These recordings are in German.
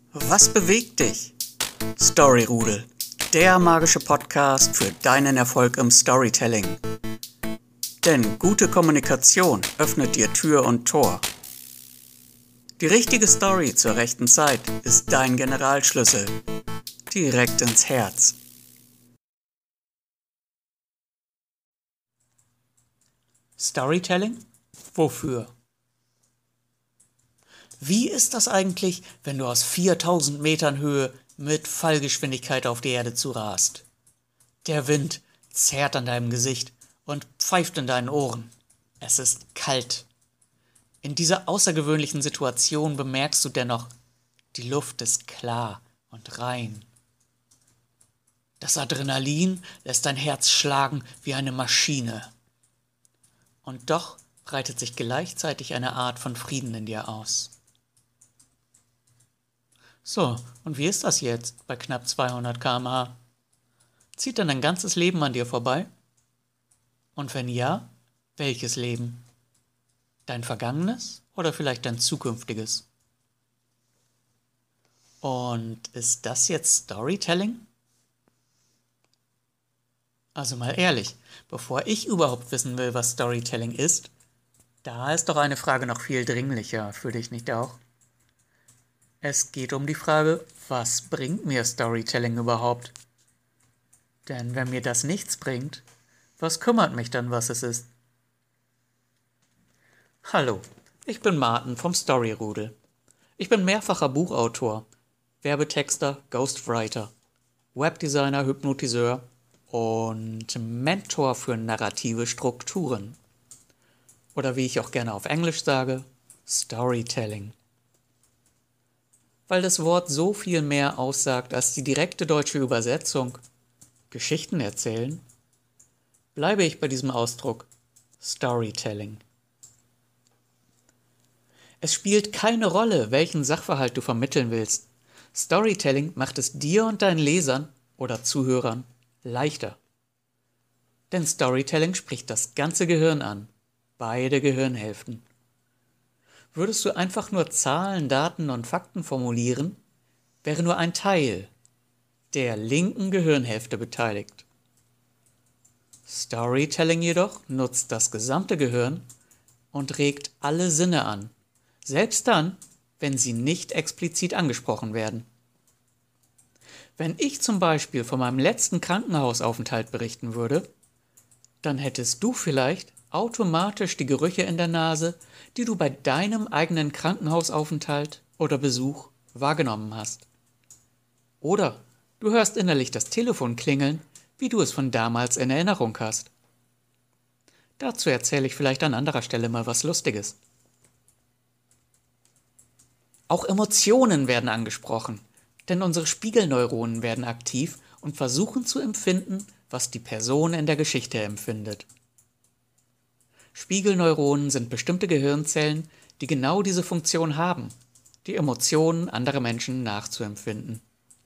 Was bewegt dich? Storyrudel, der magische Podcast für deinen Erfolg im Storytelling. Denn gute Kommunikation öffnet dir Tür und Tor. Die richtige Story zur rechten Zeit ist dein Generalschlüssel. Direkt ins Herz. Storytelling? Wofür? Wie ist das eigentlich, wenn du aus 4000 Metern Höhe mit Fallgeschwindigkeit auf die Erde zurast? Der Wind zerrt an deinem Gesicht und pfeift in deinen Ohren. Es ist kalt. In dieser außergewöhnlichen Situation bemerkst du dennoch, die Luft ist klar und rein. Das Adrenalin lässt dein Herz schlagen wie eine Maschine. Und doch breitet sich gleichzeitig eine Art von Frieden in dir aus. So, und wie ist das jetzt bei knapp 200 km/h? Zieht dann dein ganzes Leben an dir vorbei? Und wenn ja, welches Leben? Dein vergangenes oder vielleicht dein zukünftiges? Und ist das jetzt Storytelling? Also mal ehrlich, bevor ich überhaupt wissen will, was Storytelling ist, da ist doch eine Frage noch viel dringlicher für dich, nicht auch? Es geht um die Frage, was bringt mir Storytelling überhaupt? Denn wenn mir das nichts bringt, was kümmert mich dann, was es ist? Hallo, ich bin Martin vom Storyrudel. Ich bin mehrfacher Buchautor, Werbetexter, Ghostwriter, Webdesigner, Hypnotiseur und Mentor für narrative Strukturen. Oder wie ich auch gerne auf Englisch sage, Storytelling. Weil das Wort so viel mehr aussagt als die direkte deutsche Übersetzung, Geschichten erzählen, bleibe ich bei diesem Ausdruck Storytelling. Es spielt keine Rolle, welchen Sachverhalt du vermitteln willst. Storytelling macht es dir und deinen Lesern oder Zuhörern leichter. Denn Storytelling spricht das ganze Gehirn an, beide Gehirnhälften. Würdest du einfach nur Zahlen, Daten und Fakten formulieren, wäre nur ein Teil der linken Gehirnhälfte beteiligt. Storytelling jedoch nutzt das gesamte Gehirn und regt alle Sinne an, selbst dann, wenn sie nicht explizit angesprochen werden. Wenn ich zum Beispiel von meinem letzten Krankenhausaufenthalt berichten würde, dann hättest du vielleicht automatisch die Gerüche in der Nase, die du bei deinem eigenen Krankenhausaufenthalt oder Besuch wahrgenommen hast. Oder du hörst innerlich das Telefon klingeln, wie du es von damals in Erinnerung hast. Dazu erzähle ich vielleicht an anderer Stelle mal was Lustiges. Auch Emotionen werden angesprochen, denn unsere Spiegelneuronen werden aktiv und versuchen zu empfinden, was die Person in der Geschichte empfindet. Spiegelneuronen sind bestimmte Gehirnzellen, die genau diese Funktion haben, die Emotionen anderer Menschen nachzuempfinden.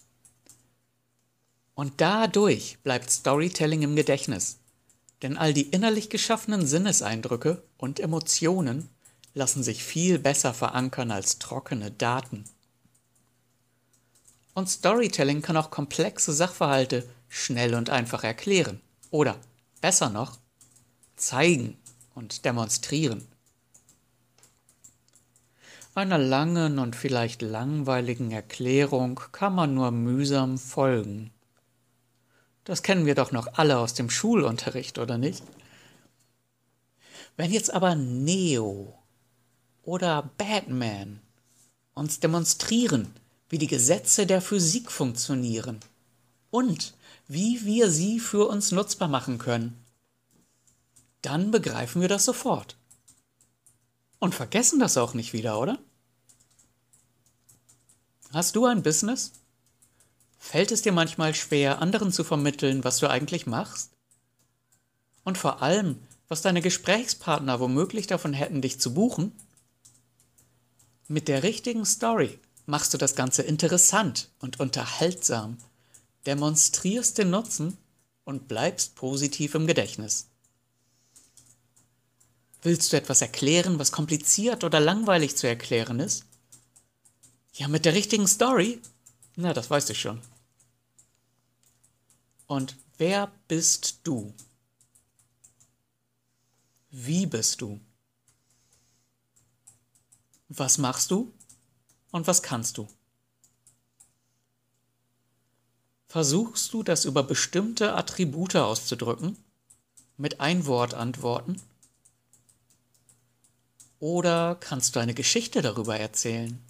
Und dadurch bleibt Storytelling im Gedächtnis, denn all die innerlich geschaffenen Sinneseindrücke und Emotionen lassen sich viel besser verankern als trockene Daten. Und Storytelling kann auch komplexe Sachverhalte schnell und einfach erklären oder, besser noch, zeigen und demonstrieren. Einer langen und vielleicht langweiligen Erklärung kann man nur mühsam folgen. Das kennen wir doch noch alle aus dem Schulunterricht, oder nicht? Wenn jetzt aber Neo oder Batman uns demonstrieren, wie die Gesetze der Physik funktionieren und wie wir sie für uns nutzbar machen können, dann begreifen wir das sofort. Und vergessen das auch nicht wieder, oder? Hast du ein Business? Fällt es dir manchmal schwer, anderen zu vermitteln, was du eigentlich machst? Und vor allem, was deine Gesprächspartner womöglich davon hätten, dich zu buchen? Mit der richtigen Story machst du das Ganze interessant und unterhaltsam, demonstrierst den Nutzen und bleibst positiv im Gedächtnis. Willst du etwas erklären, was kompliziert oder langweilig zu erklären ist? Ja, mit der richtigen Story? Na, das weiß ich schon. Und wer bist du? Wie bist du? Was machst du? Und was kannst du? Versuchst du, das über bestimmte Attribute auszudrücken? Mit Ein-Wort-Antworten? Oder kannst du eine Geschichte darüber erzählen?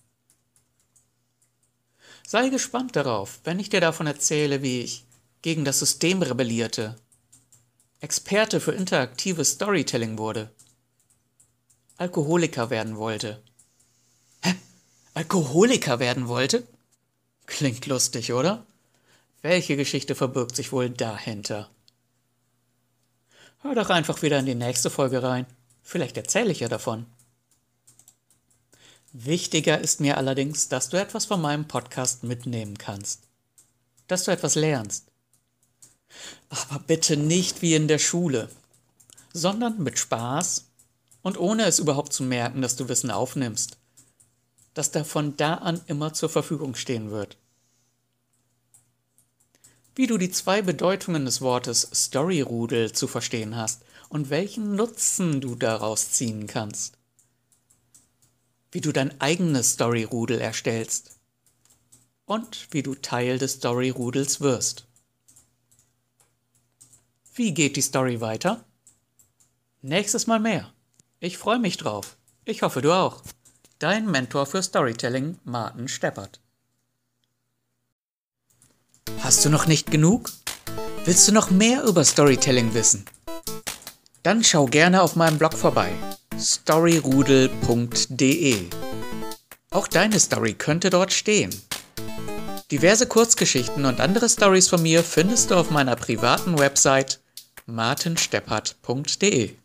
Sei gespannt darauf, wenn ich dir davon erzähle, wie ich gegen das System rebellierte, Experte für interaktives Storytelling wurde, Alkoholiker werden wollte. Hä? Alkoholiker werden wollte? Klingt lustig, oder? Welche Geschichte verbirgt sich wohl dahinter? Hör doch einfach wieder in die nächste Folge rein. Vielleicht erzähle ich ja davon. Wichtiger ist mir allerdings, dass du etwas von meinem Podcast mitnehmen kannst. Dass du etwas lernst. Aber bitte nicht wie in der Schule, sondern mit Spaß und ohne es überhaupt zu merken, dass du Wissen aufnimmst, das da von da an immer zur Verfügung stehen wird. Wie du die 2 Bedeutungen des Wortes Storyrudel zu verstehen hast und welchen Nutzen du daraus ziehen kannst. Wie du dein eigenes Storyrudel erstellst und wie du Teil des Storyrudels wirst. Wie geht die Story weiter? Nächstes Mal mehr. Ich freue mich drauf. Ich hoffe, du auch. Dein Mentor für Storytelling, Martin Steppert. Hast du noch nicht genug? Willst du noch mehr über Storytelling wissen? Dann schau gerne auf meinem Blog vorbei. storyrudel.de. Auch deine Story könnte dort stehen. Diverse Kurzgeschichten und andere Stories von mir findest du auf meiner privaten Website martinsteppert.de.